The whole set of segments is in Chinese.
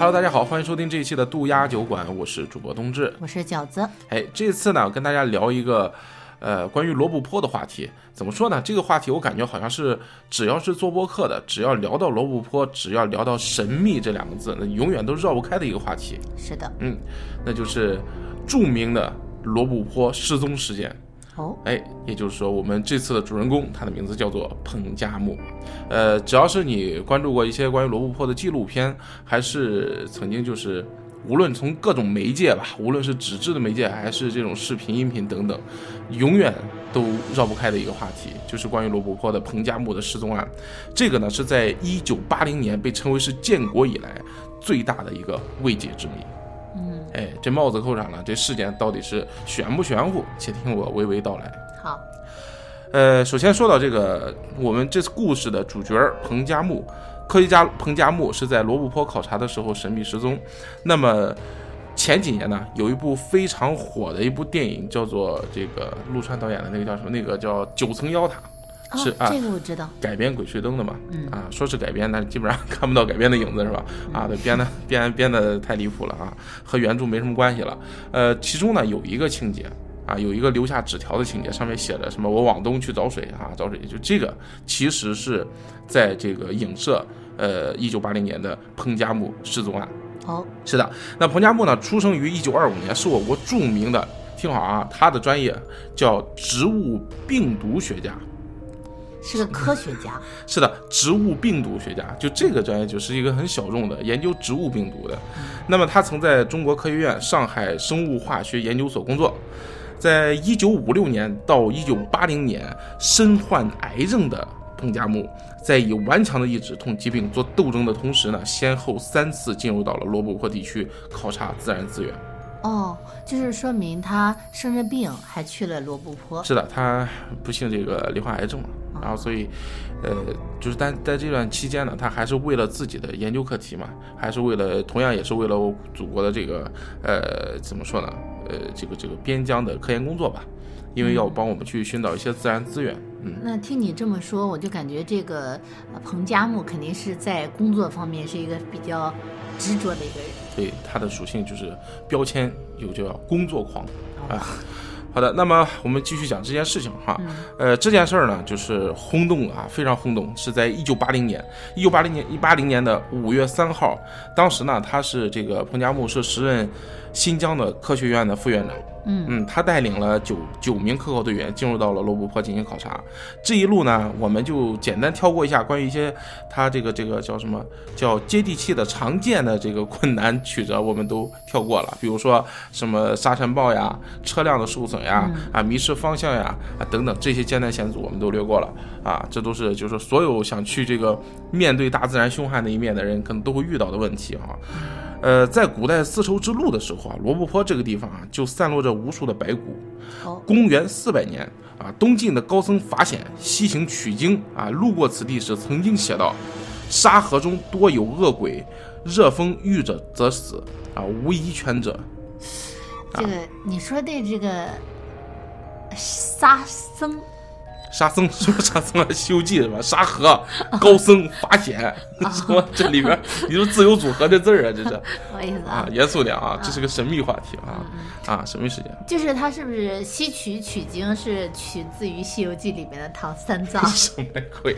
Hello， 大家好，欢迎收听这一期的渡鸦酒馆，我是主播冬至， 我是饺子。 这次呢，跟大家聊一个关于罗布泊的话题。怎么说呢？这个话题我感觉好像是只要是做播客的，只要聊到罗布泊，只要聊到神秘这两个字，那永远都绕不开的一个话题。 是的， 那就是著名的罗布泊失踪事件。也就是说，我们这次的主人公，他的名字叫做彭加木。只要是你关注过一些关于罗布泊的纪录片，还是曾经就是无论从各种媒介吧，无论是纸质的媒介还是这种视频音频等等，永远都绕不开的一个话题，就是关于罗布泊的彭加木的失踪案。这个呢是在1980年被称为是建国以来最大的一个未解之谜。这帽子扣上了，这事件到底是玄不玄乎？且听我娓娓道来。 好， 首先说到这个我们这次故事的主角彭加木，科学家彭加木是在罗布泊考察的时候神秘失踪。那么前几年呢，有一部非常火的一部电影，叫做这个陆川导演的那个叫什么？那个叫9层妖塔。是这个我知道， 改编《鬼吹灯》的嘛，说是改编，但是基本上看不到改编的影子，是吧？对，编的太离谱了啊，和原著没什么关系了。其中呢有一个情节有一个留下纸条的情节，上面写着什么我往东去找水找水，就这个其实是在这个影射1980年的彭加木失踪案。是的，那彭加木呢出生于1925年，是我国著名的，听好啊，他的专业叫植物病毒学家。 是个科学家。 是的，植物病毒学家，就这个专业就是一个很小众的研究植物病毒的。那么他曾在中国科学院上海生物化学研究所工作，在1956年到1980年身患癌症的彭加木，在以顽强的意志同疾病做斗争的同时呢，先后3次进入到了罗布泊地区考察自然资源。 就是说明他生着病还去了罗布泊。是的，他不幸这个罹患癌症嘛，然后所以就是在这段期间呢，他还是为了自己的研究课题嘛，还是为了同样也是为了我祖国的这个怎么说呢，这个边疆的科研工作吧，因为要帮我们去寻找一些自然资源。 那听你这么说，我就感觉这个彭加木肯定是在工作方面是一个比较执着的一个人。 对，他的属性就是标签有叫工作狂好的，那么我们继续讲这件事情哈。这件事儿呢就是轰动非常轰动，是在1980年的5月3号，当时呢他是这个彭加木是时任新疆的科学院的副院长。他带领了九名科考队员进入到了罗布泊进行考察。这一路呢，我们就简单挑过一下关于一些他这个叫什么叫接地气的常见的这个困难曲折，我们都跳过了。比如说什么沙尘暴呀、车辆的受损呀、迷失方向呀等等，这些艰难险阻我们都略过了这都是就是所有想去这个面对大自然凶悍的一面的人可能都会遇到的问题在古代丝绸之路的时候罗布泊这个地方就散落着无数的白骨。公元400年东晋的高僧法显西行取经路过此地时曾经写道：沙河中多有恶鬼，热风遇者则死无一全者。 这个你说的这个沙僧什么沙僧西游记是吧？沙河高僧法显什么这里边你说自由组合这字这是不好意思严肃点这是个神秘话题神秘事件。 就是他是不是西取经是取自于西游记里面的唐三藏？ 什么鬼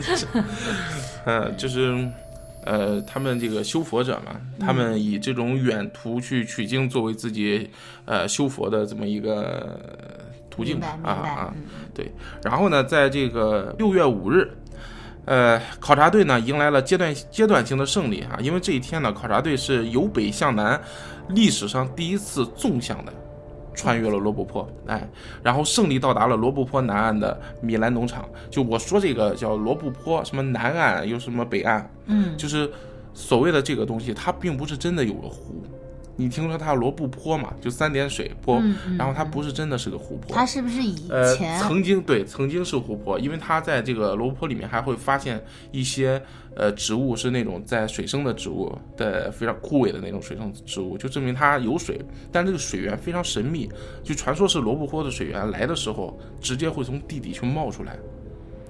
就是他们这个修佛者嘛，他们以这种远途去取经作为自己修佛的这么一个途径对。然后呢，在这个6月5日，考察队呢迎来了阶段性的胜利因为这一天呢，考察队是由北向南，历史上第一次纵向的穿越了罗布泊，然后胜利到达了罗布泊南岸的米兰农场。就我说这个叫罗布泊，什么南岸又什么北岸，就是所谓的这个东西，它并不是真的有个湖。你听说它罗布泊嘛，就3点水泊，然后它不是真的是个湖泊。 它是不是以前曾经是湖泊，因为它在这个罗布泊里面还会发现一些植物是那种在水生的植物的非常枯萎的那种水生植物，就证明它有水，但这个水源非常神秘，就传说是罗布泊的水源来的时候直接会从地底去冒出来。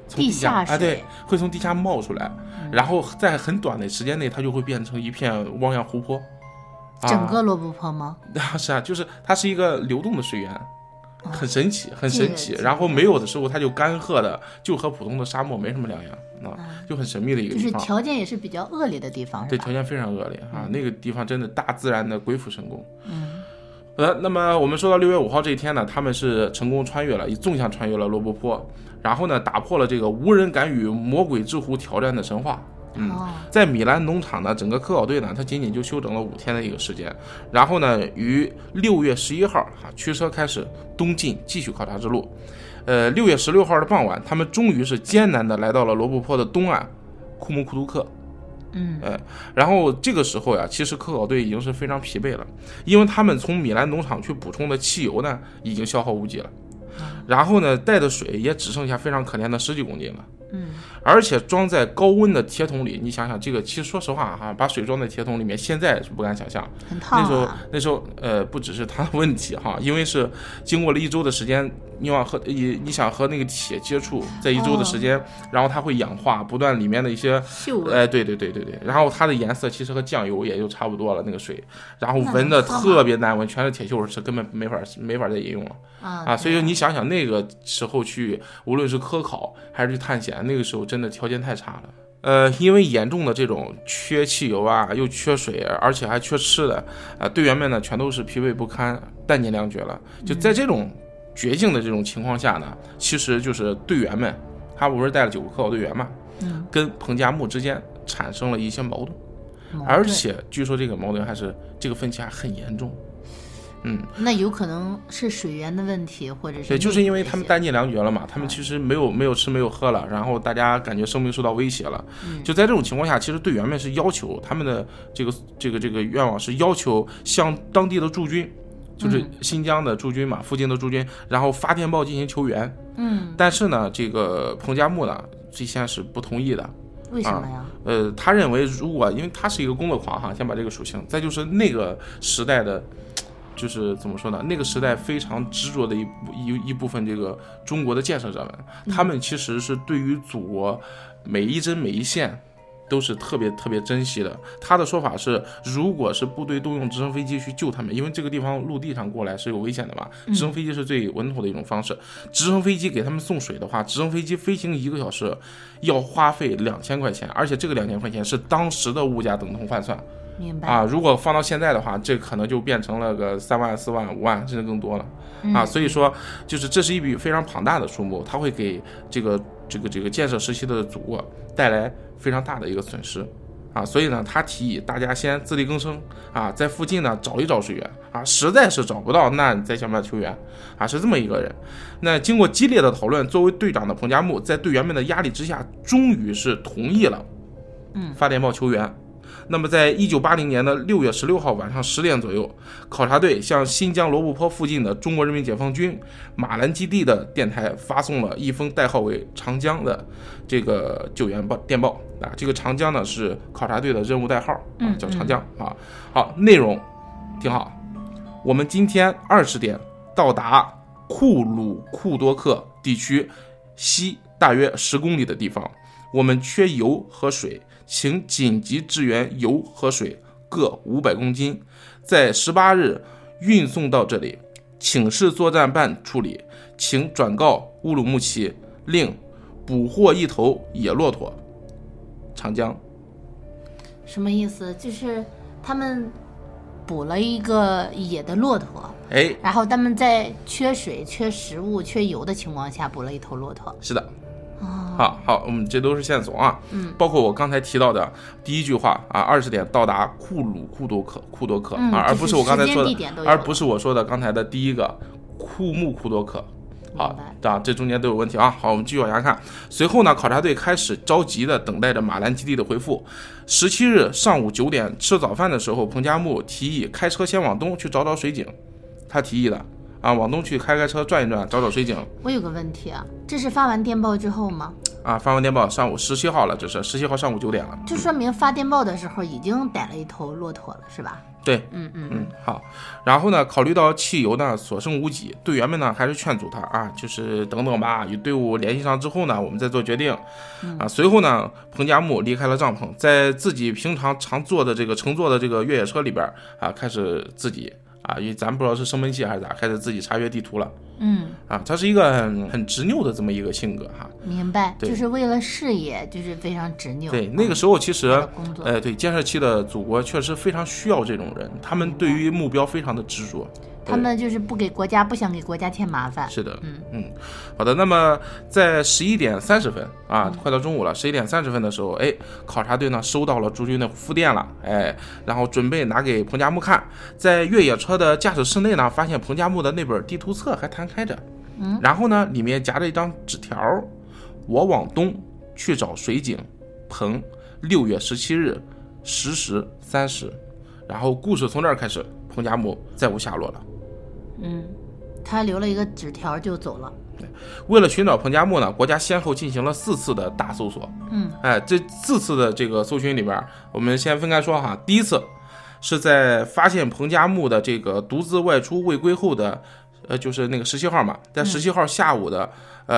从地下水对，会从地下冒出来，然后在很短的时间内，它就会变成一片汪洋湖泊。 整个罗布泊吗？ 是啊，就是它是一个流动的水源，很神奇，很神奇。 这个然后没有的时候，它就干涸的，就和普通的沙漠没什么两样就很神秘的一个地方。 就是条件也是比较恶劣的地方， 对，条件非常恶劣那个地方真的大自然的鬼斧神工。那么我们说到6月5号这一天呢，他们是成功穿越了，以纵向穿越了罗布泊，然后呢，打破了这个无人敢与魔鬼之湖挑战的神话。在米兰农场呢，整个科考队呢，它仅仅就休整了5天的一个时间，然后呢，于6月11号驱车开始东进，继续考察之路。6月16号的傍晚，他们终于是艰难的来到了罗布泊的东岸库木库杜克。然后这个时候呀，其实科考队已经是非常疲惫了，因为他们从米兰农场去补充的汽油呢，已经消耗无几了，然后呢，带的水也只剩下非常可怜的10几公斤了。而且装在高温的铁桶里，你想想这个，其实说实话把水装在铁桶里面，现在是不敢想象。 很烫那时候不只是它的问题因为是经过了1周的时间，你想和那个铁接触，在1周的时间，然后它会氧化，不断里面的一些对，然后它的颜色其实和酱油也就差不多了那个水，然后闻的特别难闻，全是铁锈，是根本没法再饮用了所以说你想想那个时候去，无论是科考还是去探险，那个时候真的条件太差了。因为严重的这种缺汽油又缺水，而且还缺吃的队员们呢全都是疲惫不堪，弹尽粮绝了。就在这种绝境的这种情况下呢，其实就是队员们，他不是带了9个科考队员嘛，跟彭加木之间产生了一些矛盾，而且据说这个矛盾还是这个分歧还很严重。 那有可能是水源的问题，或者是对，就是因为他们弹尽粮绝了嘛，他们其实没有吃没有喝了，然后大家感觉生命受到威胁了。就在这种情况下，其实队员们是要求他们的这个愿望是要求向当地的驻军，就是新疆的驻军嘛，附近的驻军，然后发电报进行求援。但是呢，这个彭加木呢，最先是不同意的。 为什么呀？ 他认为如果因为他是一个工作狂先把这个属性，再就是那个时代的。就是怎么说呢？那个时代非常执着的一部分这个中国的建设者们，他们其实是对于祖国每一针每一线都是特别特别珍惜的。他的说法是，如果是部队动用直升飞机去救他们，因为这个地方陆地上过来是有危险的嘛，直升飞机是最稳妥的一种方式。直升飞机给他们送水的话，直升飞机飞行1个小时要花费2000块钱，而且这个2000块钱是当时的物价等同换算。 明白如果放到现在的话，这可能就变成了个3万、4万、5万，甚至更多了所以说，就是这是一笔非常庞大的数目，它会给这个建设时期的祖国带来非常大的一个损失所以呢，他提议大家先自力更生在附近呢找一找水源实在是找不到，那你再想办法求援是这么一个人。那经过激烈的讨论，作为队长的彭加木在队员们的压力之下，终于是同意了发电报求援。那么在1980年的6月16号晚上10点左右，考察队向新疆罗布泊附近的中国人民解放军马兰基地的电台发送了一封代号为长江的这个救援电报这个长江呢是考察队的任务代号叫长江好，内容挺好。我们今天20点到达库鲁库多克地区西大约10公里的地方，我们缺油和水，请紧急支援油和水各500公斤，在18日运送到这里，请示作战办处理，请转告乌鲁木齐，另捕获1头野骆驼。长江什么意思？就是他们捕了一个野的骆驼，然后他们在缺水、缺食物、缺油的情况下捕了1头骆驼。 是的。好，我们这都是线索包括我刚才提到的第一句话20点到达库鲁库多克而不是我刚才说的，而不是我说的刚才的第一个库木库多克。好，这中间都有问题好，我们继续往下看。随后呢，考察队开始着急的等待着马兰基地的回复。17日上午9点吃早饭的时候，彭加木提议开车先往东去找找水井，他提议的往东去开车转一转，找找水井。 我有个问题这是发完电报之后吗？ 啊，发完电报上午17号了，这是17号上午9点了， 就说明发电报的时候已经逮了一头骆驼了，是吧？ 对，好。然后呢，考虑到汽油呢所剩无几，队员们呢还是劝阻他啊，就是等等吧，与队伍联系上之后呢，我们再做决定。啊，随后呢，彭加木离开了帐篷，在自己平常常坐的这个乘坐的这个越野车里边啊，开始自己啊，因为咱不知道是生闷气还是咋，开始自己查阅地图了。他是一个很执拗的这么一个性格哈。 明白，就是为了事业，就是非常执拗。 对，那个时候其实，对建设期的祖国确实非常需要这种人，他们对于目标非常的执着。 他们就是不想给国家添麻烦。 是的，好的。那么在11点30分啊，快到中午了，11点30分的时候，考察队呢收到了驻军的复电了，然后准备拿给彭加木看。在越野车的驾驶室内呢，发现彭加木的那本地图册还弹开着，然后呢里面夹着一张纸条，我往东去找水井，彭6月17日10时30，然后故事从这儿开始，彭加木再无下落了。 他留了一个纸条就走了。 为了寻找彭加木呢，国家先后进行了4次的大搜索。这4次的这个搜寻里边，我们先分开说哈。第一次是在发现彭加木的这个独自外出未归后的，就是那个17号嘛，在17号下午的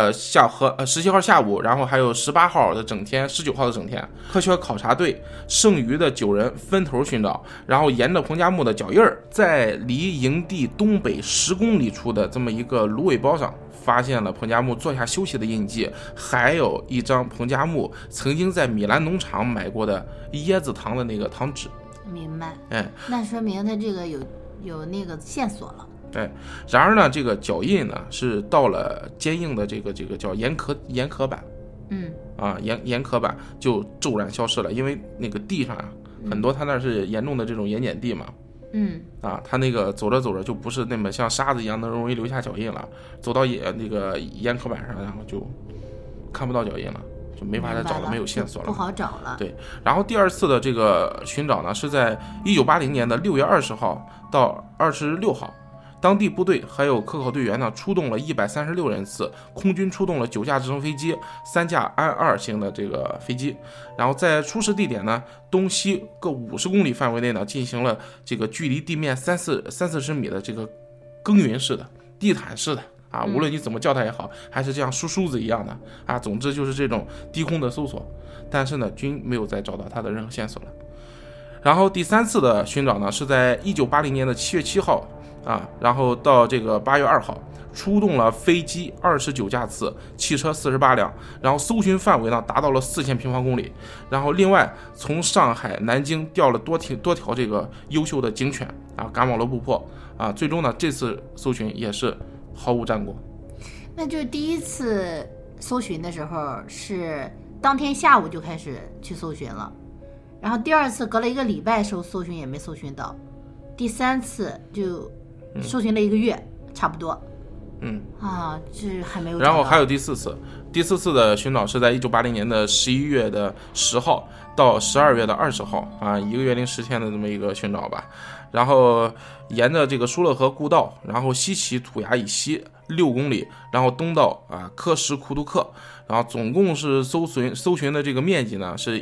17号下午，然后还有18号的整天，19号的整天，科学考察队剩余的9人分头寻找，然后沿着彭加木的脚印儿，在离营地东北10公里处的这么一个芦苇包上，发现了彭加木坐下休息的印记，还有一张彭加木曾经在米兰农场买过的椰子糖的那个糖纸。 明白，那说明他这个有那个线索了。 然而呢，这个脚印呢是到了坚硬的这个叫岩壳板，岩壳板就骤然消失了，因为那个地上啊，很多它那是严重的这种盐碱地嘛，它那个走着走着就不是那么像沙子一样能容易留下脚印了，走到那个岩壳板上，然后就看不到脚印了，就没法再找了，没有线索了， 不好找了。 对，然后第二次的这个寻找呢，是在1980年的6月20号到26号。当地部队还有科考队员呢，出动了136人次，空军出动了9架直升飞机，3架安2型的这个飞机，然后在出事地点呢东西各50公里范围内呢，进行了这个距离地面30-40米的这个耕耘式的、地毯式的啊，无论你怎么叫它也好，还是这样梳子一样的啊，总之就是这种低空的搜索，但是呢，均没有再找到它的任何线索了。然后第3次的寻找呢，是在1980年的7月7号。然后到这个8月2号，出动了飞机29架次，汽车48辆，然后搜寻范围呢达到了4000平方公里。然后另外从上海、南京调了多条这个优秀的警犬赶往罗布泊最终呢这次搜寻也是毫无战果。 那就第一次搜寻的时候是当天下午就开始去搜寻了，然后第二次隔了1个礼拜搜寻也没搜寻到，第3次就搜寻了1个月差不多。这还没有找到。 然后还有第4次的寻找是在1980年的11月的10号到12月的20号1个月零10天的这么一个寻找吧。然后沿着这个疏勒河故道，然后西起土崖以西6公里，然后东到科什库图克，然后总共是搜寻的这个面积呢是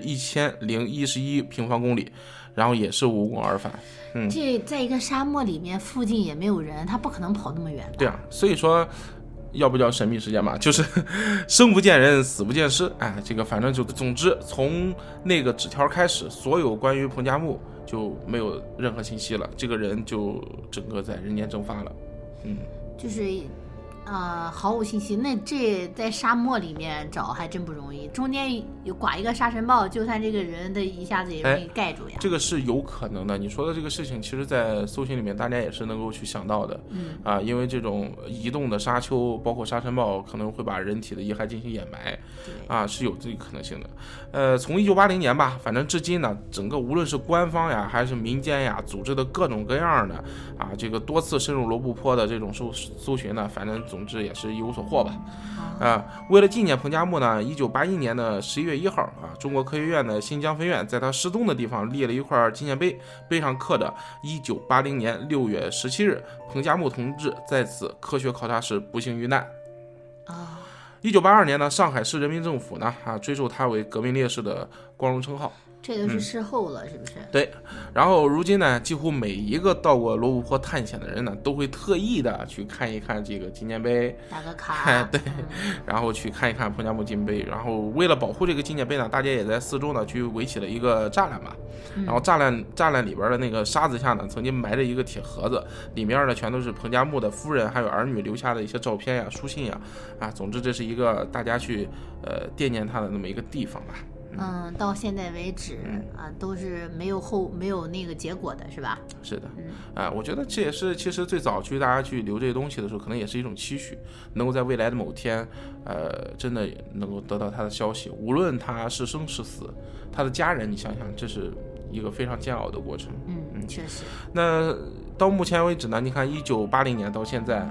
1011平方公里，然后也是无功而返。 这在一个沙漠里面，附近也没有人，他不可能跑那么远。 对啊，所以说要不叫神秘事件嘛，就是生不见人，死不见尸。这个反正就总之从那个纸条开始，所有关于彭加木就没有任何信息了，这个人就整个在人间蒸发了。 就是毫无信息。那这在沙漠里面找还真不容易，中间有刮一个沙尘暴，就算这个人的一下子也容易盖住呀。 这个是有可能的。你说的这个事情，其实在搜寻里面大家也是能够去想到的。因为这种移动的沙丘包括沙尘暴可能会把人体的遗骸进行掩埋是有这个可能性的。从1980年吧，反正至今呢，整个无论是官方呀还是民间呀组织的各种各样的这个多次深入罗布泊的这种搜寻呢，反正总之也是一无所获吧。为了纪念彭加木呢，1981年的11月1号中国科学院的新疆分院在他失踪的地方立了一块纪念碑，碑上刻着1980年6月17日彭加木同志在此科学考察时不幸遇难。 1982年呢，上海市人民政府呢追授他为革命烈士的光荣称号。 这都是事后了，是不是？ 对。然后如今呢，几乎每一个到过罗布泊探险的人呢，都会特意的去看一看这个纪念碑， 打个卡。 对。然后去看一看彭加木纪念碑。然后为了保护这个纪念碑呢，大家也在四周呢去围起了一个栅栏吧。然后栅栏里边的那个沙子下呢，曾经埋着一个铁盒子，里面呢全都是彭加木的夫人还有儿女留下的一些照片呀、书信呀。总之这是一个大家去惦念他的那么一个地方吧。 到现在为止都是没有那个结果的，是吧？ 是的。我觉得这也是其实最早大家去留这些东西的时候，可能也是一种期许，能够在未来的某天真的能够得到他的消息，无论他是生是死，他的家人，你想想，这是一个非常煎熬的过程。 确实。 那到目前为止呢，你看1980年到现在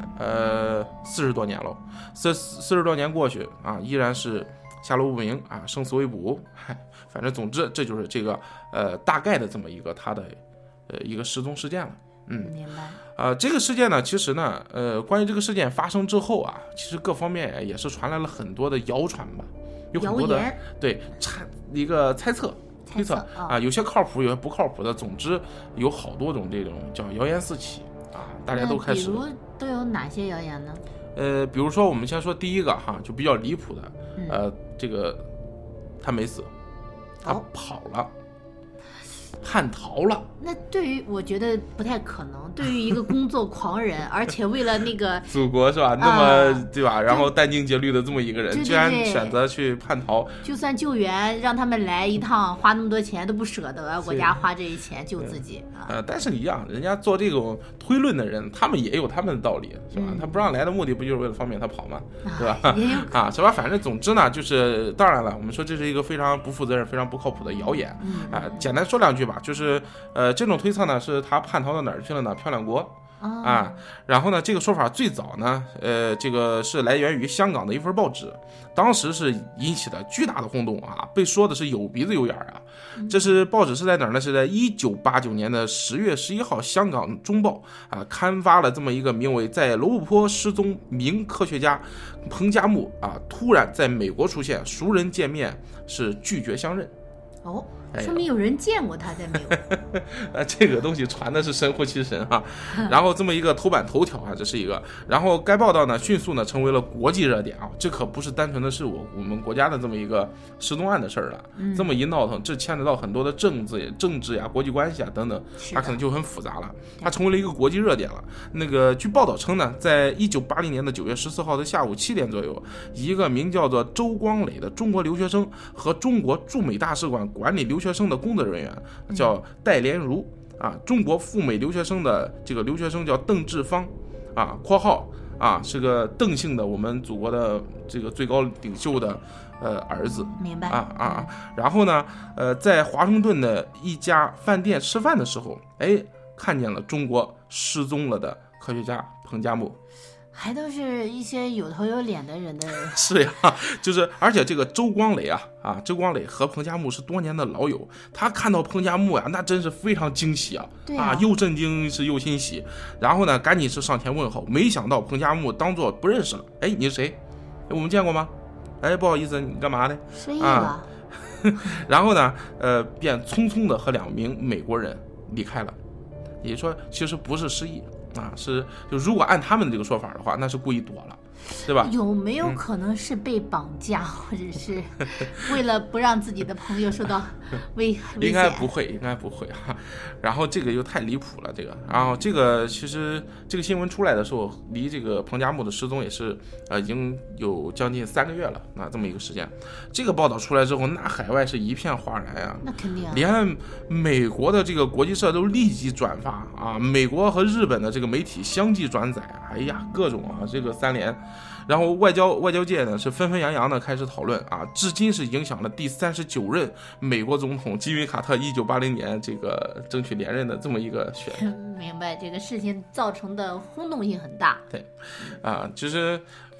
40多年了，40多年过去依然是下落不明生死未卜。反正总之这就是这个大概的这么一个他的一个失踪事件了。 明白。 这个事件呢，其实呢关于这个事件发生之后其实各方面也是传来了很多的谣传吧，有很多的对一个猜测推测有些靠谱，有些不靠谱的，总之有好多种这种叫谣言四起大家都开始。 比如都有哪些谣言呢？ 比如说我们先说第一个就比较离谱的这个他没死，他跑了，叛逃了。 那对于我觉得不太可能，对于一个工作狂人，而且为了那个祖国是吧，那么对吧，然后殚精竭虑的这么一个人，居然选择去叛逃。 就算救援让他们来一趟，花那么多钱都不舍得，国家花这些钱救自己但是一样，人家做这种推论的人，他们也有他们的道理，是吧？他不让来的目的不就是为了方便他跑吗？对吧？是吧？反正总之呢，就是当然了，我们说这是一个非常不负责任、非常不靠谱的谣言简单说两句吧，就是这种推测呢，是他叛逃到哪儿去了呢？漂亮国然后呢，这个说法最早呢，这个是来源于香港的一份报纸，当时是引起了巨大的轰动被说的是有鼻子有眼这是报纸是在哪儿呢？是在1989年的10月11号，香港中报刊发了这么一个名为《在罗布泊失踪名科学家彭加木突然在美国出现，熟人见面是拒绝相认。 说明有人见过他在美国这个东西传的是神乎其神然后这么一个头版头条这是一个，然后该报道呢迅速呢成为了国际热点这可不是单纯的是我们国家的这么一个失踪案的事儿了这么一闹腾，这牵扯到很多的政治呀、国际关系等等，它可能就很复杂了，它成为了一个国际热点了。那个据报道称呢，在1980年的9月14号的下午7点左右，一个名叫做周光磊的中国留学生和中国驻美大使馆管理留学生的工作人员叫戴连如中国赴美留学生的这个留学生叫邓志芳括号是个邓姓的我们祖国的这个最高领袖的儿子。 明白然后呢在华盛顿的一家饭店吃饭的时候看见了中国失踪了的科学家彭加木， 还都是一些有头有脸的人的是呀，就是而且这个周光磊周光磊和彭加木是多年的老友，他看到彭加木那真是非常惊喜又震惊是又欣喜，然后呢赶紧是上前问候，没想到彭加木当作不认识了，你是谁？我们见过吗？不好意思，你干嘛呢？ 失忆了然后呢便匆匆的和2名美国人离开了，也就是说其实不是失忆是就如果按他们这个说法的话，那是故意躲了，对吧？ 有没有可能是被绑架，或者是为了不让自己的朋友受到危险？ 应该不会然后这个又太离谱了，然后这个其实这个新闻出来的时候，离这个彭加木的失踪也是已经有将近3个月了，这么一个时间。这个报道出来之后，那海外是一片哗然那肯定连美国的这个国际社都立即转发美国和日本的这个媒体相继转载各种这个3连。然后外交界呢是纷纷扬扬的开始讨论至今是影响了第39任美国总统吉米卡特1980年这个争取连任的这么一个选明白，这个事情造成的轰动性很大。 对其实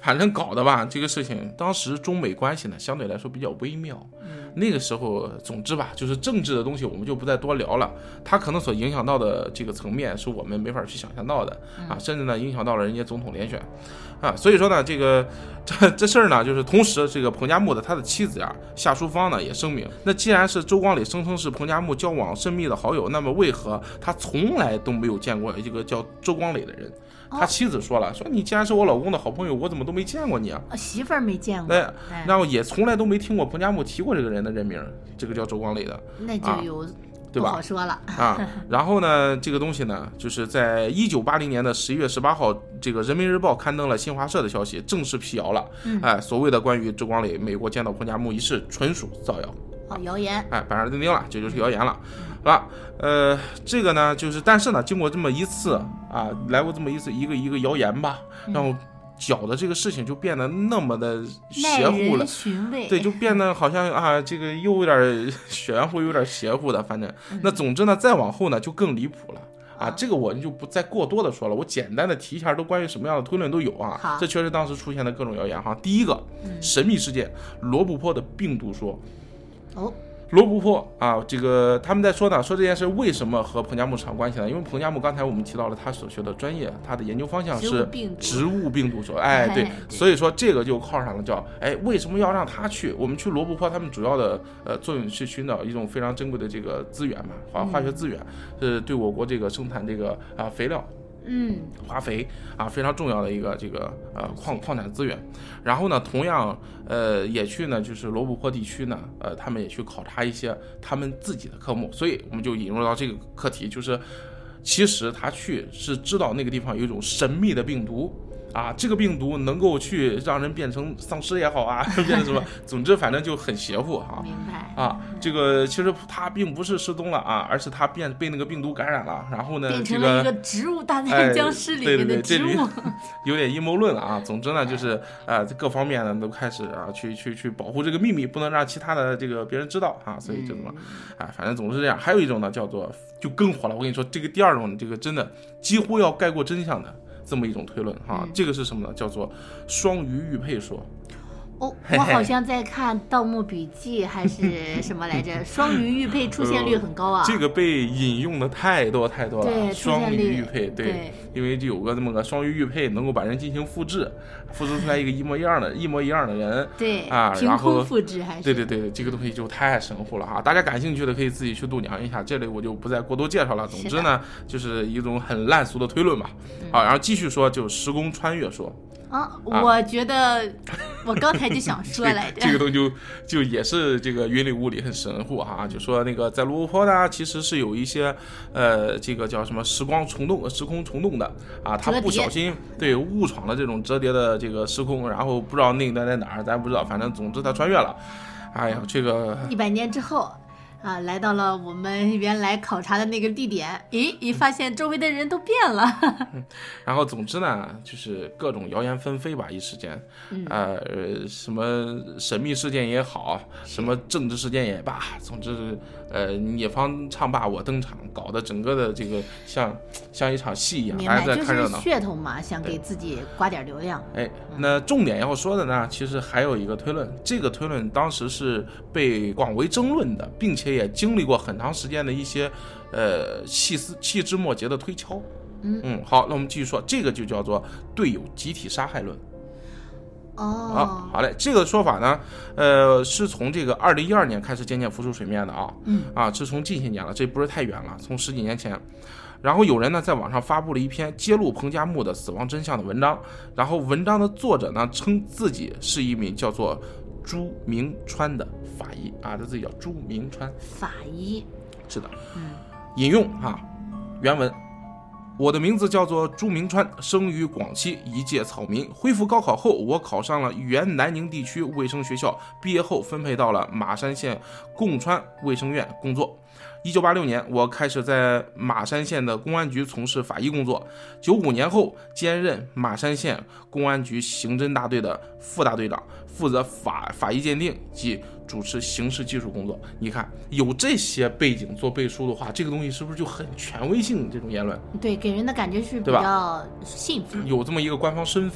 反正搞的吧，这个事情当时中美关系呢相对来说比较微妙。那个时候，总之吧，就是政治的东西我们就不再多聊了。它可能所影响到的这个层面是我们没法去想象到的啊，甚至呢影响到了人家总统连选啊。所以说呢，这事儿呢，就是同时这个彭加木的他的妻子呀夏淑芳呢也声明，那既然是周光磊声称是彭加木交往甚密的好友，那么为何他从来都没有见过一个叫周光磊的人？他妻子说了，说你既然是我老公的好朋友，我怎么都没见过你啊？ 媳妇儿没见过， 然后也从来都没听过彭加木提过这个人的人名，这个叫周光磊的， 那就有对吧？不好说了啊。然后呢，这个东西呢，就是在1980年的11月18号，这个人民日报刊登了新华社的消息，正式辟谣了。所谓的关于周光磊美国见到彭加木一事，纯属造谣。 谣言， 板上钉钉了，这就是谣言了。好了，这个呢，就是但是呢，经过这么一次啊，来过这么一次一个谣言吧，然后搅的这个事情就变得那么的邪乎了，对，就变得好像啊，这个又有点玄乎，有点邪乎的，反正那总之呢，再往后呢就更离谱了。啊，这个我就不再过多的说了，我简单的提一下，都关于什么样的推论都有啊。这确实当时出现的各种谣言哈。第一个，神秘事件，罗布泊的病毒说。罗布泊啊，这个他们在说呢，说这件事为什么和彭加木扯上关系呢？因为彭加木刚才我们提到了他所学的专业，他的研究方向是植物病毒说，对，所以说这个就靠上了叫，为什么要让他去？我们去罗布泊，他们主要的作用是寻找一种非常珍贵的这个资源嘛，化学资源，是对我国这个生产这个肥料。化肥啊，非常重要的一个这个矿产资源。然后呢，同样也去呢，就是罗布泊地区呢，他们也去考察一些他们自己的科目。所以我们就引入到这个课题，就是其实他去是知道那个地方有一种神秘的病毒。啊，这个病毒能够去让人变成丧尸也好啊，变成什么，总之反正就很邪乎哈。 明白啊，这个其实他并不是失踪了啊，而是他被那个病毒感染了，然后呢， 变成了一个植物大战僵尸里面的植物， 对，有点阴谋论了啊。总之呢，就是各方面呢都开始啊去保护这个秘密，不能让其他的这个别人知道啊，所以就这么反正总是这样。还有一种呢叫做就更火了，我跟你说，这个第二种这个真的几乎要盖过真相的。这么一种推论哈，这个是什么呢？叫做双鱼玉佩说。 我好像在看《盗墓笔记》还是什么来着？双鱼玉佩出现率很高啊。 这个被引用的太多了。 对， 双鱼玉佩，对，因为就有个这么个双鱼玉佩能够把人进行复制出来一个一模一样的人。 对啊， 凭空复制还是？ 对，这个东西就太神乎了哈！大家感兴趣的可以自己去度娘一下，这里我就不再过多介绍了。总之呢，就是一种很烂俗的推论吧。好，然后继续说，就时空穿越说。 我觉得我刚才就想说来着， 这个东西就也是这个云里雾里很神乎哈，就说那个在罗布泊呢，其实是有一些这个叫什么时空虫洞的啊，他不小心误闯了这种折叠的这个时空，然后不知道那一段在哪儿，咱不知道，反正总之他穿越了。哎呀，这个 100年之后。来到了我们原来考察的那个地点，一发现周围的人都变了。 然后总之呢，就是各种谣言纷飞吧，一时间，什么神秘事件也好，什么政治事件也罢，总之，你方唱罢我登场，搞得整个的这个像一场戏一样，大家在看热闹。 就是噱头嘛，想给自己刮点流量。 那重点要说的呢，其实还有一个推论，这个推论当时是被广为争论的，并且也经历过很长时间的一些细枝末节的推敲。好，那我们继续说，这个就叫做队友集体杀害论。好嘞，这个说法呢，是从这个2012年开始渐渐浮出水面的是从近些年了，这不是太远了，从10几年前。然后有人呢在网上发布了一篇揭露彭加木的死亡真相的文章，然后文章的作者呢称自己是一名叫做朱明川的法医他自己叫朱明川法医， 是的。引用原文，我的名字叫做朱明川，生于广西，一介草民。恢复高考后，我考上了原南宁地区卫生学校，毕业后分配到了马山县贡川卫生院工作。1986年，我开始在马山县的公安局从事法医工作。95年后，兼任马山县公安局刑侦大队的副大队长，负责法医鉴定及主持刑事技术工作。你看，有这些背景做背书的话，这个东西是不是就很权威性？这种言论， 对，给人的感觉是比较信服， 有这么一个官方身份。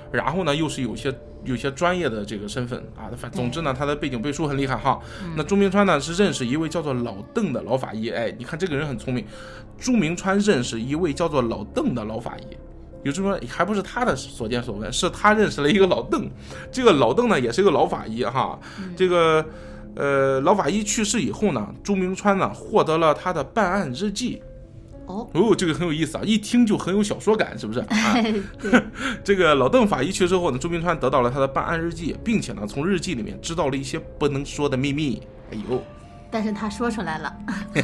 然后呢又是有些专业的这个身份啊，总之呢他的背景背书很厉害哈。那朱明川呢是认识一位叫做老邓的老法医，哎，你看这个人很聪明，朱明川认识一位叫做老邓的老法医，有这么还不是他的所见所闻，是他认识了一个老邓，这个老邓呢也是一个老法医哈。这个老法医去世以后呢，朱明川呢获得了他的办案日记。这个很有意思啊，一听就很有小说感，是不是？这个老邓法医去世后呢，朱明川得到了他的办案日记，并且呢从日记里面知道了一些不能说的秘密。哎呦， 但是他说出来了。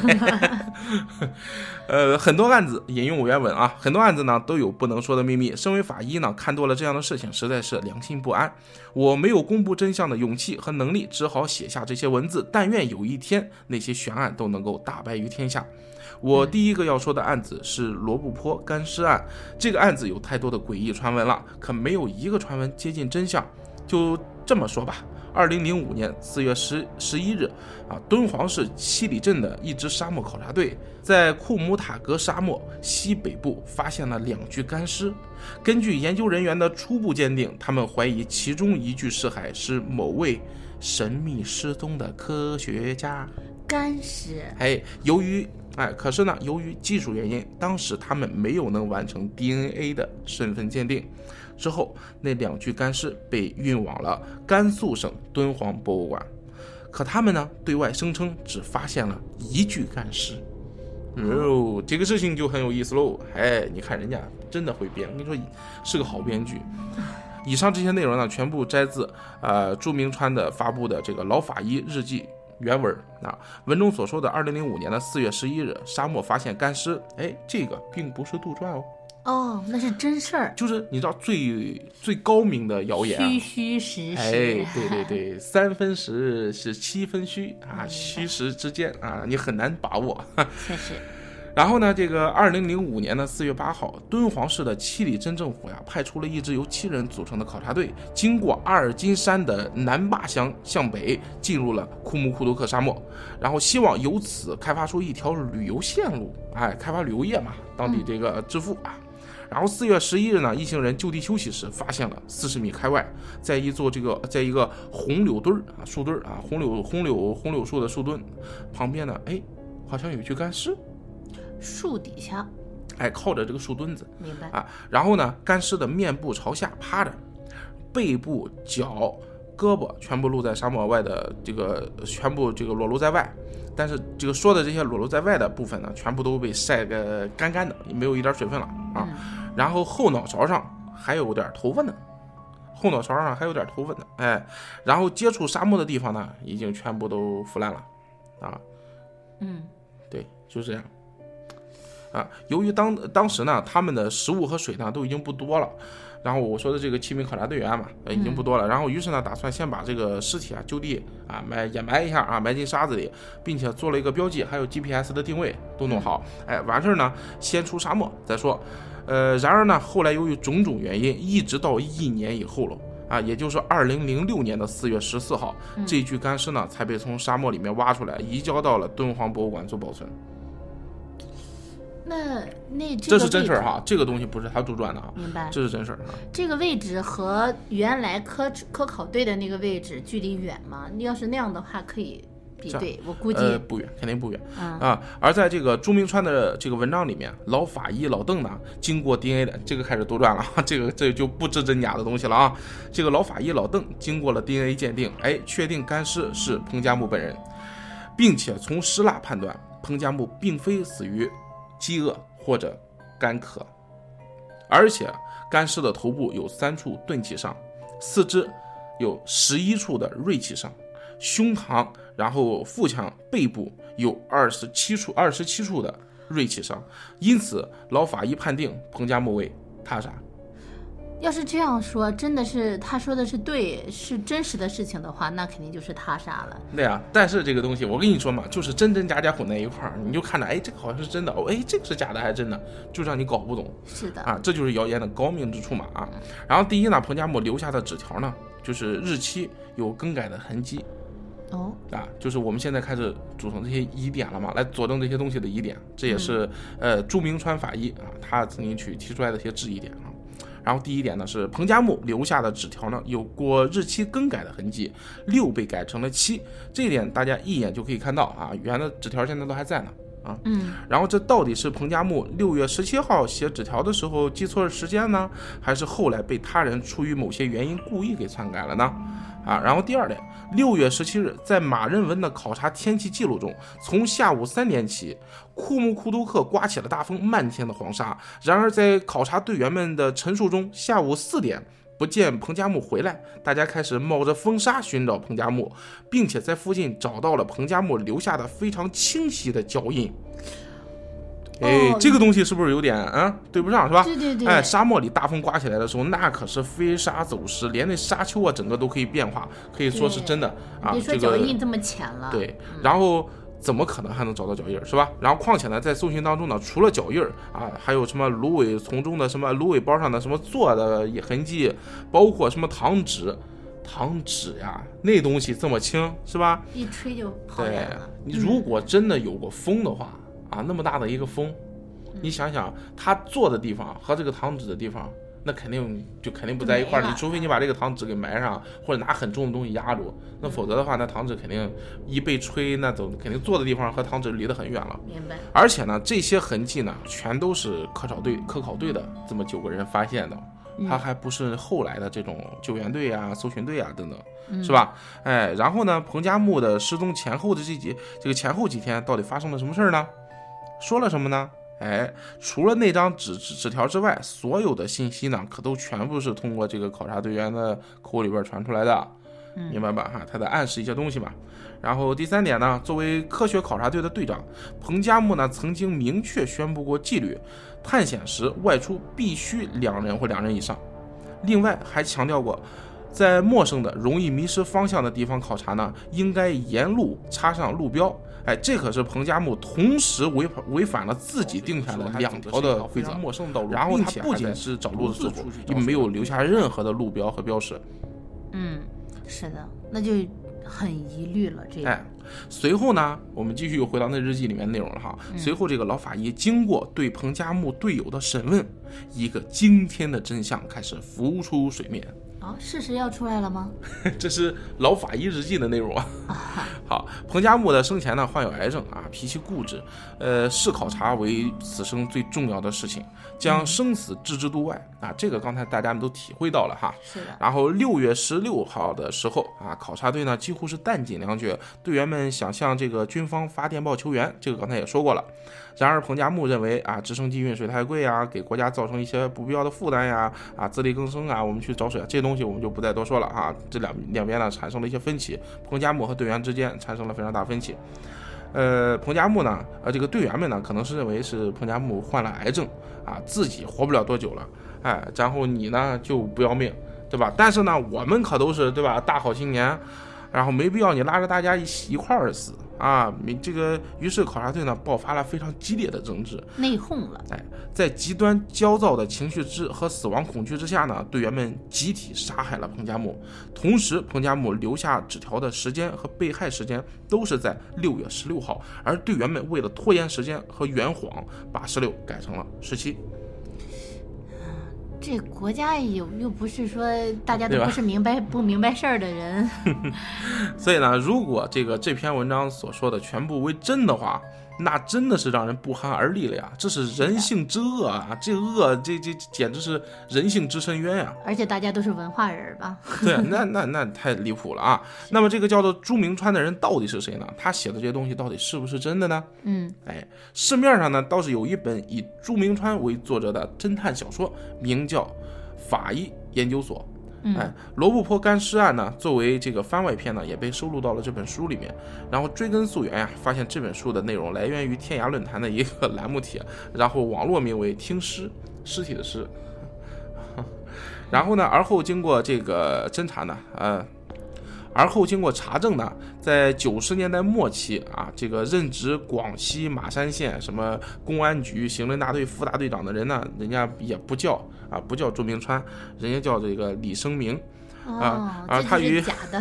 很多案子引用我原文啊，很多案子呢都有不能说的秘密。身为法医呢，看多了这样的事情，实在是良心不安。我没有公布真相的勇气和能力，只好写下这些文字。但愿有一天，那些悬案都能够大白于天下。我第一个要说的案子是罗布泊干尸案。这个案子有太多的诡异传闻了，可没有一个传闻接近真相。就这么说吧，2005年4月11日敦煌市七里镇的一支沙漠考察队在库姆塔格沙漠西北部发现了2具干尸。根据研究人员的初步鉴定，他们怀疑其中一具尸骸是某位神秘失踪的科学家。 干尸， 可是呢，由于技术原因，当时他们没有能完成 DNA 的身份鉴定。之后，那2具干尸被运往了甘肃省敦煌博物馆。可他们呢，对外声称只发现了1具干尸。这个事情就很有意思喽。你看人家真的会编，我跟你说是个好编剧。以上这些内容呢，全部摘自朱明川的发布的这个老法医日记原文文中所说的2005年的4月11日沙漠发现干尸，这个并不是杜撰那是真事儿， 就是你知道最高明的谣言， 虚虚实实。 对，3分实是7分虚虚实之间你很难把握。 确实。 然后呢，这个2005年的4月8号，敦煌市的七里镇政府派出了一支由7人组成的考察队，经过阿尔金山的南坝乡向北，进入了库木库多克沙漠，然后希望由此开发出一条旅游线路，开发旅游业嘛，当地这个致富然后4月11日呢，一行人就地休息时，发现了40米开外，在一个红柳墩树墩红柳树的树墩旁边呢，好像有一具干尸。 树底下， 靠着这个树墩子， 明白然后呢，干尸的面部朝下趴着，背部、脚、胳膊全部露在沙漠外的全部裸露在外。但是这个说的这些裸露在外的部分呢，全部都被晒个干干的，没有一点水分了然后后脑勺上还有点头发呢，然后接触沙漠的地方呢，已经全部都腐烂了对，就是这样由于当时呢，他们的食物和水呢都已经不多了，然后我说的这个7名考察队员嘛，已经不多了，然后于是呢，打算先把这个尸体就地掩埋一下埋进沙子里，并且做了一个标记，还有 GPS 的定位都弄好，完事呢，先出沙漠再说。然而呢，后来由于种种原因，一直到1年以后了也就是2006年的4月14号，这具干尸呢才被从沙漠里面挖出来，移交到了敦煌博物馆做保存。 这是真事儿这个东西不是他杜撰的明白？ 这是真事儿这个位置和原来科考队的那个位置距离远吗？要是那样的话，可以比对，我估计不远，肯定不远而在这个朱明川的这个文章里面，老法医老邓呢，经过 DNA 的这个开始杜撰了这就不知真假的东西了这个老法医老邓经过了 DNA 鉴定，确定干尸是彭加木本人，并且从尸蜡判断，彭加木并非死于饥饿或者干渴，而且干尸的头部有3处钝器伤，四肢有11处的锐器伤，胸膛然后腹腔背部有27处的锐器伤，因此老法医判定彭加木为他杀。 要是这样说，真的是他说的是对，是真实的事情的话，那肯定就是他杀了。 对啊，但是这个东西我跟你说嘛，就是真真假假混在一块儿，你就看着这个好像是真的这个是假的还是真的，就让你搞不懂。 是的这就是谣言的高明之处嘛然后第一呢，彭加木留下的纸条呢，就是日期有更改的痕迹就是我们现在开始组成这些疑点了嘛，来佐证这些东西的疑点，这也是朱明川法医他曾经提出来的一些质疑点然后第一点呢是彭加木留下的纸条呢有过日期更改的痕迹，6被改成了7，这一点大家一眼就可以看到啊，原的纸条现在都还在呢。然后这到底是彭加木6月17号写纸条的时候记错了时间呢，还是后来被他人出于某些原因故意给篡改了呢？然后第二点，6月17日在马任文的考察天气记录中，从下午3点起，库木库都克刮起了大风，漫天的黄沙。然而在考察队员们的陈述中，下午4点不见彭加木回来，大家开始冒着风沙寻找彭加木，并且在附近找到了彭加木留下的非常清晰的脚印。这个东西是不是有点对不上是吧？ 对。 沙漠里大风刮起来的时候，那可是飞沙走石，连那沙丘整个都可以变化，可以说是真的别说脚印这么浅了。 对，然后怎么可能还能找到脚印是吧？然后况且呢，在搜寻当中呢，除了脚印还有什么芦苇丛中的什么芦苇包上的什么做的痕迹，包括什么糖纸呀，那东西这么轻是吧？ 一吹就跑远了。 你如果真的有过风的话那么大的一个风，你想想他坐的地方和这个糖纸的地方，那肯定不在一块儿。你除非你把这个糖纸给埋上，或者拿很重的东西压住，那否则的话，那糖纸肯定一被吹，那肯定坐的地方和糖纸离得很远了。 明白。 而且呢，这些痕迹呢，全都是科考队的这么9个人发现的，他还不是后来的这种救援队搜寻队等等，是吧？然后呢，彭加木的失踪前后的这个前后几天到底发生了什么事呢？说了什么呢？除了那张纸条之外，所有的信息呢，可都全部是通过这个考察队员的口里边传出来的，明白吧？他在暗示一些东西嘛。然后第3点呢，作为科学考察队的队长，彭加木呢曾经明确宣布过纪律，探险时外出必须2人或2人以上。另外还强调过，在陌生的容易迷失方向的地方考察呢，应该沿路插上路标。这可是彭加木同时违反了自己定下的2条的规则，陌生道路，然后他不仅是找路的时候，也没有留下任何的路标和标识。 是的，那就很疑虑了。这个。 随后呢，我们继续回到那日记里面内容了哈。随后这个老法医经过对彭加木队友的审问，一个惊天的真相开始浮出水面。 事实要出来了吗？ 这是老法医日记的内容好，彭加木的生前呢患有癌症脾气固执，视考察为此生最重要的事情，将生死置之度外这个刚才大家们都体会到了哈。 是的。 然后6月16号的时候考察队呢几乎是弹尽粮绝，队员们想向这个军方发电报求援，这个刚才也说过了。然而彭加木认为直升机运水太贵给国家造成一些不必要的负担自力更生我们去找水这些东西我们就不再多说了这两边呢产生了一些分歧，彭加木和队员之间产生了非常大分歧。彭加木呢这个队员们呢可能是认为是彭加木患了癌症自己活不了多久了然后你呢就不要命，对吧？但是呢我们可都是对吧大好青年，然后没必要你拉着大家一块儿死这个于是考察队呢爆发了非常激烈的争执， 内讧了。 在极端焦躁的情绪和死亡恐惧之下呢，队员们集体杀害了彭加木。同时彭加木留下纸条的时间和被害时间都是在6月16号，而队员们为了拖延时间和圆谎，把16改成了17。 这国家又不是说大家都不是不明白事儿的人所以呢，如果这篇文章所说的全部为真的话，那真的是让人不寒而栗了呀！这是人性之恶这恶这简直是人性之深渊呀！ 而且大家都是文化人吧？ 对，那太离谱了那么这个叫做朱明川的人到底是谁呢？他写的这些东西到底是不是真的呢？市面上呢倒是有一本以朱明川为作者的侦探小说，名叫《法医研究所》。罗布泊干尸案呢，作为这个番外篇呢，也被收录到了这本书里面。然后追根溯源发现这本书的内容来源于天涯论坛的一个栏目帖，然后网络名为“听尸”，尸体的尸。然后呢，而后经过这个侦查呢，而后经过查证呢，在90年代末期这个任职广西马山县什么公安局刑侦大队副大队长的人呢，人家也不叫朱明川，人家叫这个李生明。 他于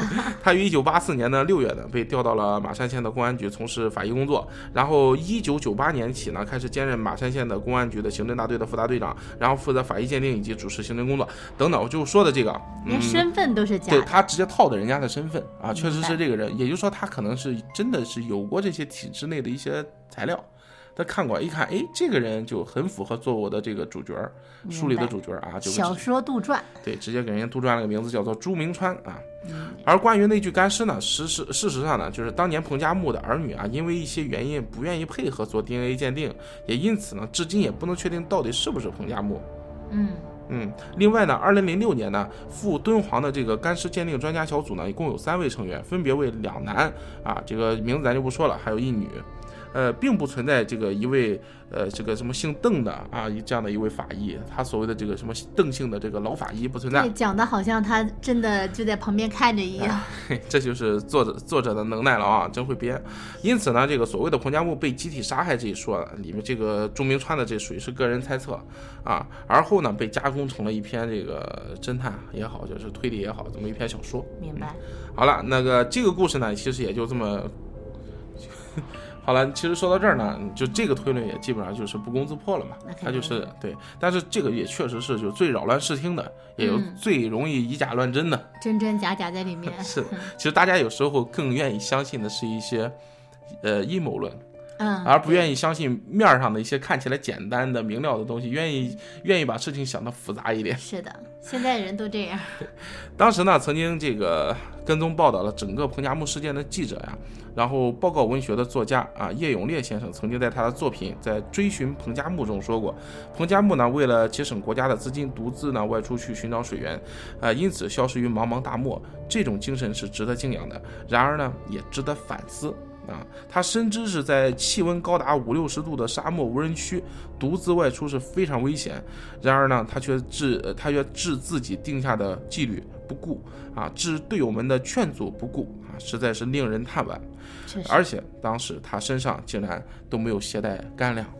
1984年的6月呢被调到了马山县的公安局从事法医工作，然后1998年起呢开始兼任马山县的公安局的行政大队的副大队长，然后负责法医鉴定以及主持行政工作等等。我就说的这个连身份都是假的， 对，他直接套的人家的身份啊，确实是这个人，也就是说他可能是真的是有过这些体制内的一些材料，他看过一看，哎，这个人就很符合做我的这个主角，书里的主角啊，就小说杜撰， 对，直接给人家杜撰了个名字叫做朱明川啊。而关于那具干尸呢，事实上呢，就是当年彭加木的儿女啊，因为一些原因不愿意配合做 DNA 鉴定，也因此呢，至今也不能确定到底是不是彭加木。另外呢，2006年呢，赴敦煌的这个干尸鉴定专家小组呢，一共有3位成员，分别为2男啊，这个名字咱就不说了，还有1女。并不存在这个一位这个什么姓邓的啊这样的一位法医，他所谓的这个什么邓姓的这个老法医不存在。 对，讲的好像他真的就在旁边看着一样。 这就是作者的能耐了啊，真会编。因此呢，这个所谓的彭加木被集体杀害这一说里面，这个朱明川的这属于是个人猜测啊，而后呢被加工成了一篇这个侦探也好，就是推理也好，这么一篇小说。 明白。 好了，那个这个故事呢，其实也就这么。好了，其实说到这儿呢，就这个推论也基本上就是不攻自破了嘛，它就是对，但是这个也确实是就最扰乱视听的，也有最容易以假乱真的， 真真假假在里面。 是，其实大家有时候更愿意相信的是一些阴谋论。而不愿意相信面上的一些看起来简单的明了的东西，愿意把事情想得复杂一点。 是的，现在人都这样。 当时呢，曾经这个跟踪报道了整个彭加木事件的记者呀，然后报告文学的作家啊叶永烈先生曾经在他的作品在追寻彭加木中说过，彭加木呢为了节省国家的资金，独自呢外出去寻找水源，因此消失于茫茫大漠。这种精神是值得敬仰的，然而呢也值得反思。他深知是在气温高达50-60度的沙漠无人区独自外出是非常危险，然而呢他却置自己定下的纪律不顾啊，置队友们的劝阻不顾啊，实在是令人叹惋。而且当时他身上竟然都没有携带干粮。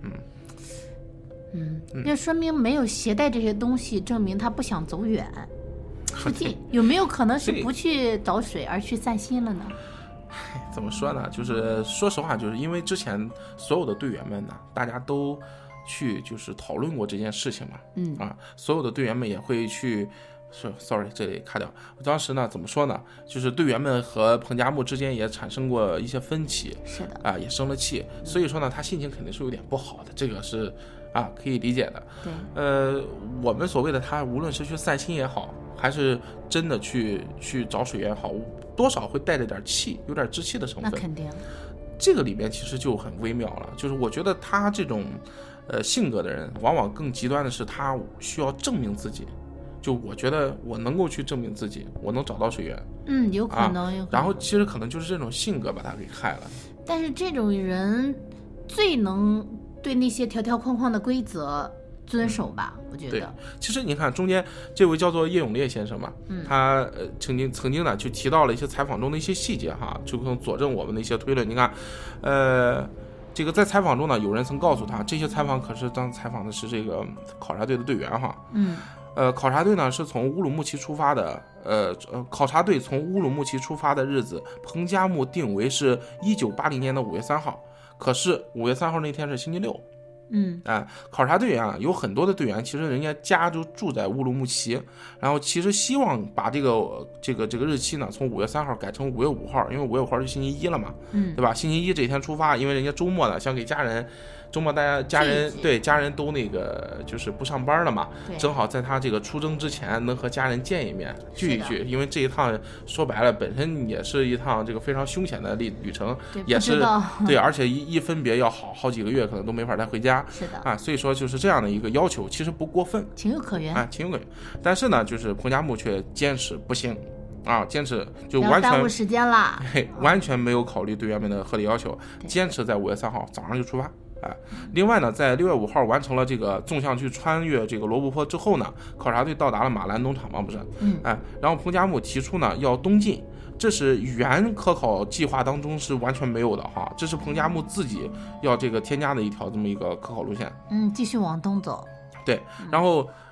那说明没有携带这些东西，证明他不想走远附近。有没有可能是不去找水而去散心了呢？ 怎么说呢，就是说实话，就是因为之前所有的队员们呢，大家都去就是讨论过这件事情嘛，所有的队员们也会去sorry 这里卡掉。当时呢怎么说呢，就是队员们和彭加木之间也产生过一些分歧， 是的也生了气，所以说呢他心情肯定是有点不好的，这个是可以理解的。 对， 我们所谓的他无论是去散心也好，还是真的去找水源也好，多少会带着点气，有点置气的成分。 那肯定。 这个里面其实就很微妙了，就是我觉得他这种性格的人，往往更极端的是他需要证明自己。就我觉得我能够去证明自己，我能找到水源。 有可能。 然后其实可能就是这种性格把他给害了。 但是这种人最能对那些条条框框的规则遵守吧，我觉得。 对，其实你看中间这位叫做叶永烈先生嘛，他曾经呢就提到了一些采访中的一些细节哈，就可能佐证我们的一些推论。你看，这个在采访中呢，有人曾告诉他，这些采访可是当采访的是这个考察队的队员哈。考察队呢是从乌鲁木齐出发的，考察队从乌鲁木齐出发的日子，彭加木定为是1980年的5月3号，可是5月3号那天是星期六。考察队啊，有很多的队员，其实人家家就住在乌鲁木齐，然后其实希望把这个日期呢，从5月3号改成5月5号，因为5月5号是星期一了嘛，对吧？星期一这一天出发，因为人家周末呢，想给家人，周末大家家人都那个就是不上班了嘛，正好在他这个出征之前能和家人见一面，聚一聚，因为这一趟说白了本身也是一趟这个非常凶险的旅程，也是对，而且一分别要好几个月，可能都没法再回家。 是的所以说就是这样的一个要求，其实不过分， 情有可原情有可原。但是呢，就是彭加木却坚持不行坚持就完全耽误时间了， 完全没有考虑队员们的合理要求，坚持在5月3号早上就出发。另外呢，在6月5号完成了这个纵向去穿越这个罗布泊之后呢，考察队到达了马兰农场嘛，不是？然后彭加木提出呢要东进，这是原科考计划当中是完全没有的哈，这是彭加木自己要这个添加的一条这么一个科考路线。 继续往东走。 对，然后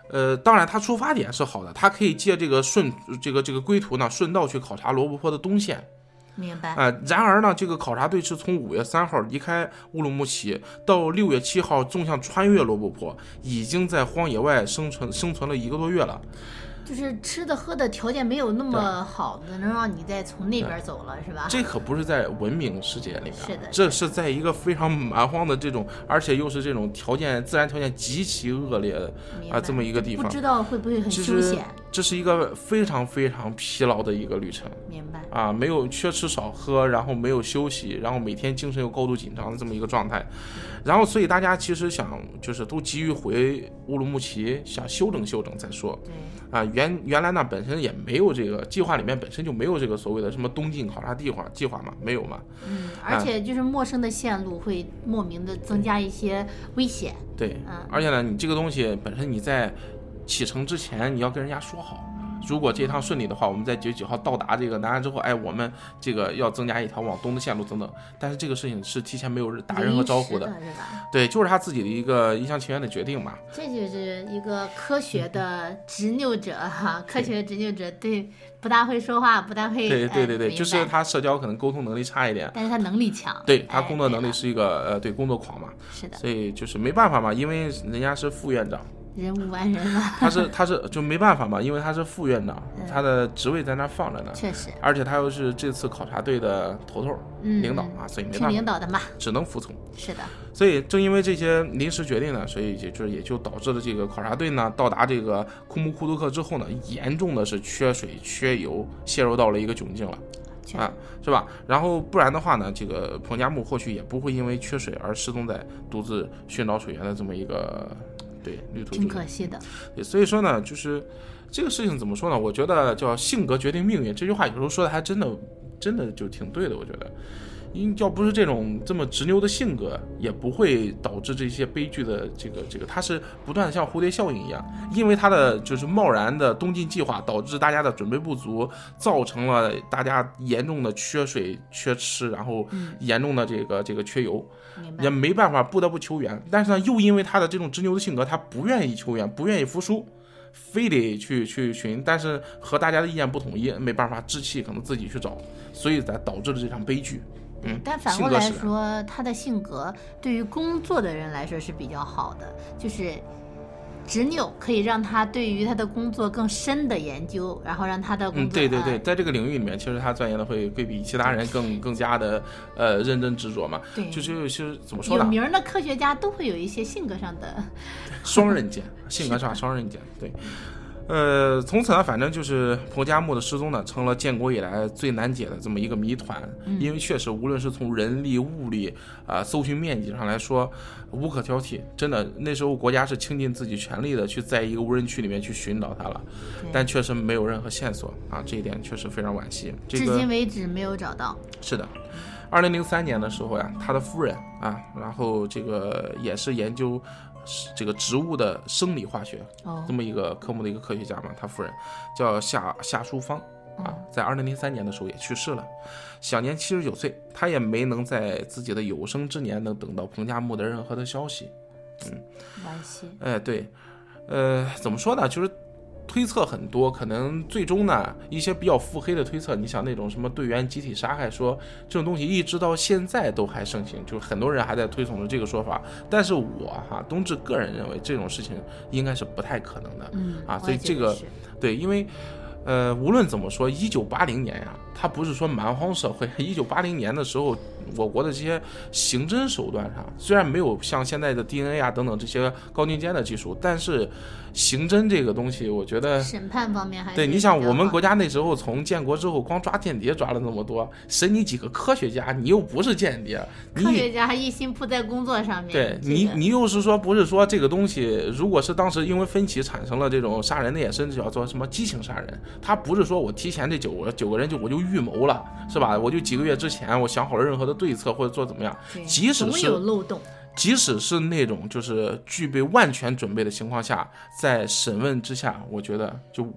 当然它出发点是好的，它可以借这个归途呢顺道去考察罗布泊的东线。 明白。 然而呢，这个考察队是从5月3号离开乌鲁木齐，到6月7号纵向穿越罗布泊，已经在荒野外生存了1个多月了。 就是吃的喝的条件没有那么好的，能让你再从那边走了，是吧？ 这可不是在文明世界里面， 是的， 这是在一个非常蛮荒的这种，而且又是这种自然条件极其恶劣的这么一个地方， 不知道会不会很凶险。 这是一个非常非常疲劳的一个旅程， 明白没有缺吃少喝，然后没有休息，然后每天精神又高度紧张的这么一个状态，然后所以大家其实想就是都急于回乌鲁木齐，想休整再说。 对原来呢本身也没有这个计划，里面本身就没有这个所谓的什么东进考察计划嘛，没有嘛。 而且就是陌生的线路会莫名的增加一些危险。 对，而且呢，你这个东西本身你在启程之前你要跟人家说好，如果这趟顺利的话，我们在9月9号到达这个南岸之后，我们这个要增加一条往东的线路等等。但是这个事情是提前没有打任何招呼的， 是吧？ 对，就是他自己的一个一厢情愿的决定嘛。 这就是一个科学的执拗者哈，科学执拗者对不大会说话，不大会对，就是他社交可能沟通能力差一点， 但是他能力强， 对他工作能力是一个对工作狂嘛， 是的， 所以就是没办法嘛，因为人家是副院长。 人无完人了， 他是就没办法嘛，因为他是副院长，他的职位在那放着呢， 确实， 而且他又是这次考察队的头领导所以没办法， 听领导的嘛， 只能服从。 是的， 所以正因为这些临时决定呢，所以也就导致了这个考察队呢到达这个库木库图克之后呢，严重的是缺水缺油，陷入到了一个窘境了。是吧？然后不然的话呢，这个彭加木或许也不会因为缺水而失踪在独自寻找水源的这么一个旅途， 挺可惜的。 对，所以说呢，就是这个事情怎么说呢？我觉得叫性格决定命运，这句话有时候说的还真的就挺对的，我觉得。要不是这么执拗的性格，也不会导致这些悲剧的这个，它是不断像蝴蝶效应一样，因为它的就是贸然的东进计划，导致大家的准备不足，造成了大家严重的缺水缺吃，然后严重的这个缺油，也没办法不得不求援。但是呢，又因为他的这种执拗的性格，他不愿意求援，不愿意服输，非得去寻，但是和大家的意见不统一，没办法置气，可能自己去找，所以才导致了这场悲剧。 但反过来说，他的性格对于工作的人来说是比较好的，就是执拗可以让他对于他的工作更深的研究，然后让他的工作对，在这个领域里面，其实他钻研的会比其他人更加的认真执着嘛。 对， 就是怎么说呢？ 有名的科学家都会有一些性格上的双刃剑，性格上双刃剑，对。从此呢，反正就是彭加木的失踪呢，成了建国以来最难解的这么一个谜团。因为确实，无论是从人力、物力搜寻面积上来说，无可挑剔。真的，那时候国家是倾尽自己全力的去在一个无人区里面去寻找它了，但确实没有任何线索这一点确实非常惋惜。至今为止没有找到。 是的。2003年的时候呀，他的夫人然后这个也是研究这个植物的生理化学这么一个科目的一个科学家嘛，他夫人叫夏淑芳在2003年的时候也去世了，享年79岁。他也没能在自己的有生之年能等到彭加木的任何的消息。 惋惜。 对，怎么说呢？就是推测很多，可能最终呢一些比较腹黑的推测，你想那种什么队员集体杀害，说这种东西一直到现在都还盛行，就是很多人还在推崇着这个说法。但是我东志个人认为这种事情应该是不太可能的所以这个对，因为无论怎么说，1980年呀，它不是说蛮荒社会。1980年的时候，我国的这些刑侦手段上，虽然没有像现在的 DNA 等等这些高精尖的技术，但是刑侦这个东西，我觉得审判方面还是对。你想，我们国家那时候从建国之后，光抓间谍抓了那么多，审你几个科学家，你又不是间谍， 科学家还一心扑在工作上面。 对你又是说不是说这个东西，如果是当时因为分歧产生了这种杀人的，也甚至叫做什么激情杀人，他不是说我提前这九个人我就预谋了，是吧？我就几个月之前我想好了任何的对策或者做怎么样，即使是有漏洞。 即使是那种就是具备万全准备的情况下，在审问之下，我觉得就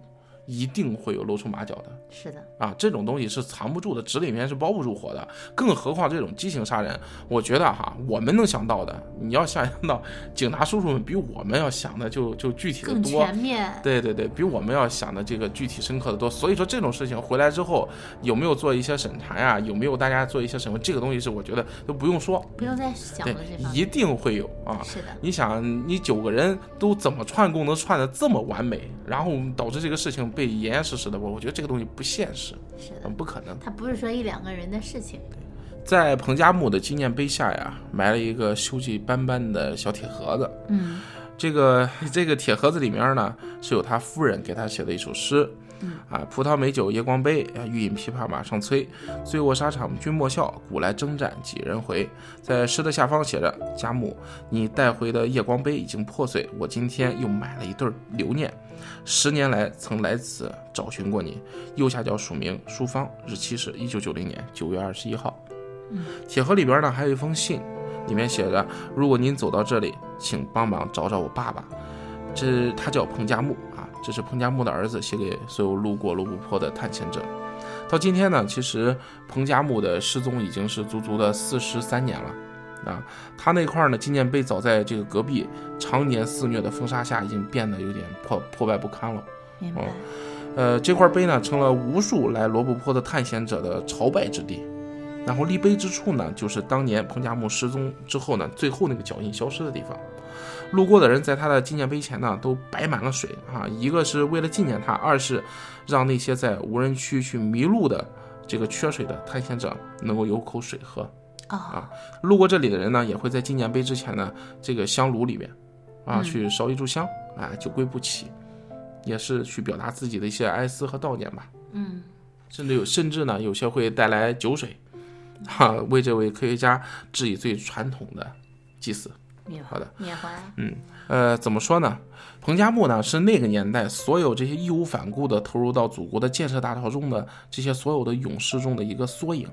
一定会有露出马脚的。 是的啊，这种东西是藏不住的，纸里面是包不住火的，更何况这种激情杀人，我觉得我们能想到的，你要想象到警察叔叔们比我们要想的就具体的多， 更全面。 对对对，比我们要想的这个具体深刻的多。所以说这种事情回来之后有没有做一些审查呀，有没有大家做一些什么，这个东西是我觉得都不用说， 不用再想了，这方面一定会有啊。 是的， 你想你9个人都怎么串供能串得这么完美，然后导致这个事情被严严实实的，我觉得这个东西不现实， 是的， 不可能。 它不是说1-2个人的事情。 在彭加木的纪念碑下呀，埋了一个锈迹斑斑的小铁盒子。这个铁盒子里面呢，是有他夫人给他写的一首诗。葡萄美酒夜光杯，欲饮琵琶马上催。醉卧沙场君莫笑，古来征战几人回。在诗的下方写着：加木，你带回的夜光杯已经破碎，我今天又买了一对留念。10年来曾来此找寻过你。右下角署名书方，日期是1990年9月21号。铁盒里边呢还有一封信，里面写着：如果您走到这里，请帮忙找找我爸爸。他叫彭加木这是彭加木的儿子写给所有路过罗布泊的探险者。到今天呢，其实彭加木的失踪已经是足足的43年了他那块呢纪念碑早在这个隔壁常年肆虐的风沙下已经变得有点破败不堪了。 明白。 这块碑呢成了无数来罗布泊的探险者的朝拜之地。然后立碑之处呢，就是当年彭加木失踪之后呢，最后那个脚印消失的地方。路过的人在他的纪念碑前呢，都摆满了水一个是为了纪念他，二是让那些在无人区去迷路的这个缺水的探险者能够有口水喝路过这里的人呢，也会在纪念碑之前呢，这个香炉里面去烧一炷香酒归不起，也是去表达自己的一些哀思和悼念吧。甚至呢，有些会带来酒水为这位科学家致以最传统的祭祀。好的， 缅怀。 怎么说呢？彭加木呢是那个年代所有这些义无反顾的投入到祖国的建设大潮中的这些所有的勇士中的一个缩影。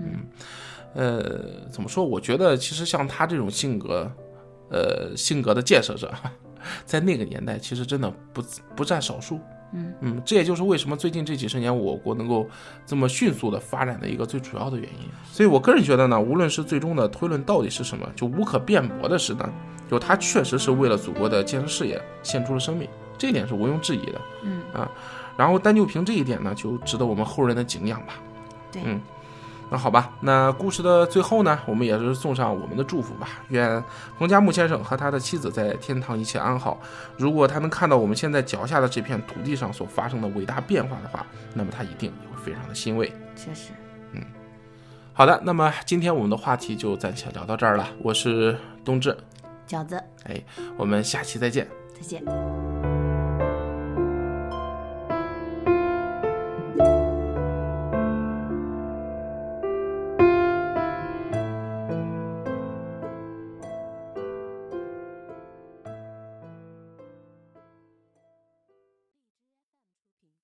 怎么说？我觉得其实像他这种性格的建设者，在那个年代其实真的不占少数。这也就是为什么最近这几十年我国能够这么迅速的发展的一个最主要的原因。所以我个人觉得呢，无论是最终的推论到底是什么，就无可辩驳的是呢，就他确实是为了祖国的建设事业献出了生命，这一点是毋庸置疑的。然后单就凭这一点呢，就值得我们后人的敬仰吧。 对。 那好吧，那故事的最后呢，我们也是送上我们的祝福吧。愿彭加木先生和他的妻子在天堂一切安好。如果他能看到我们现在脚下的这片土地上所发生的伟大变化的话，那么他一定也会非常的欣慰。 确实。 好的，那么今天我们的话题就暂且聊到这儿了。我是冬至， 饺子。 我们下期再见。 再见。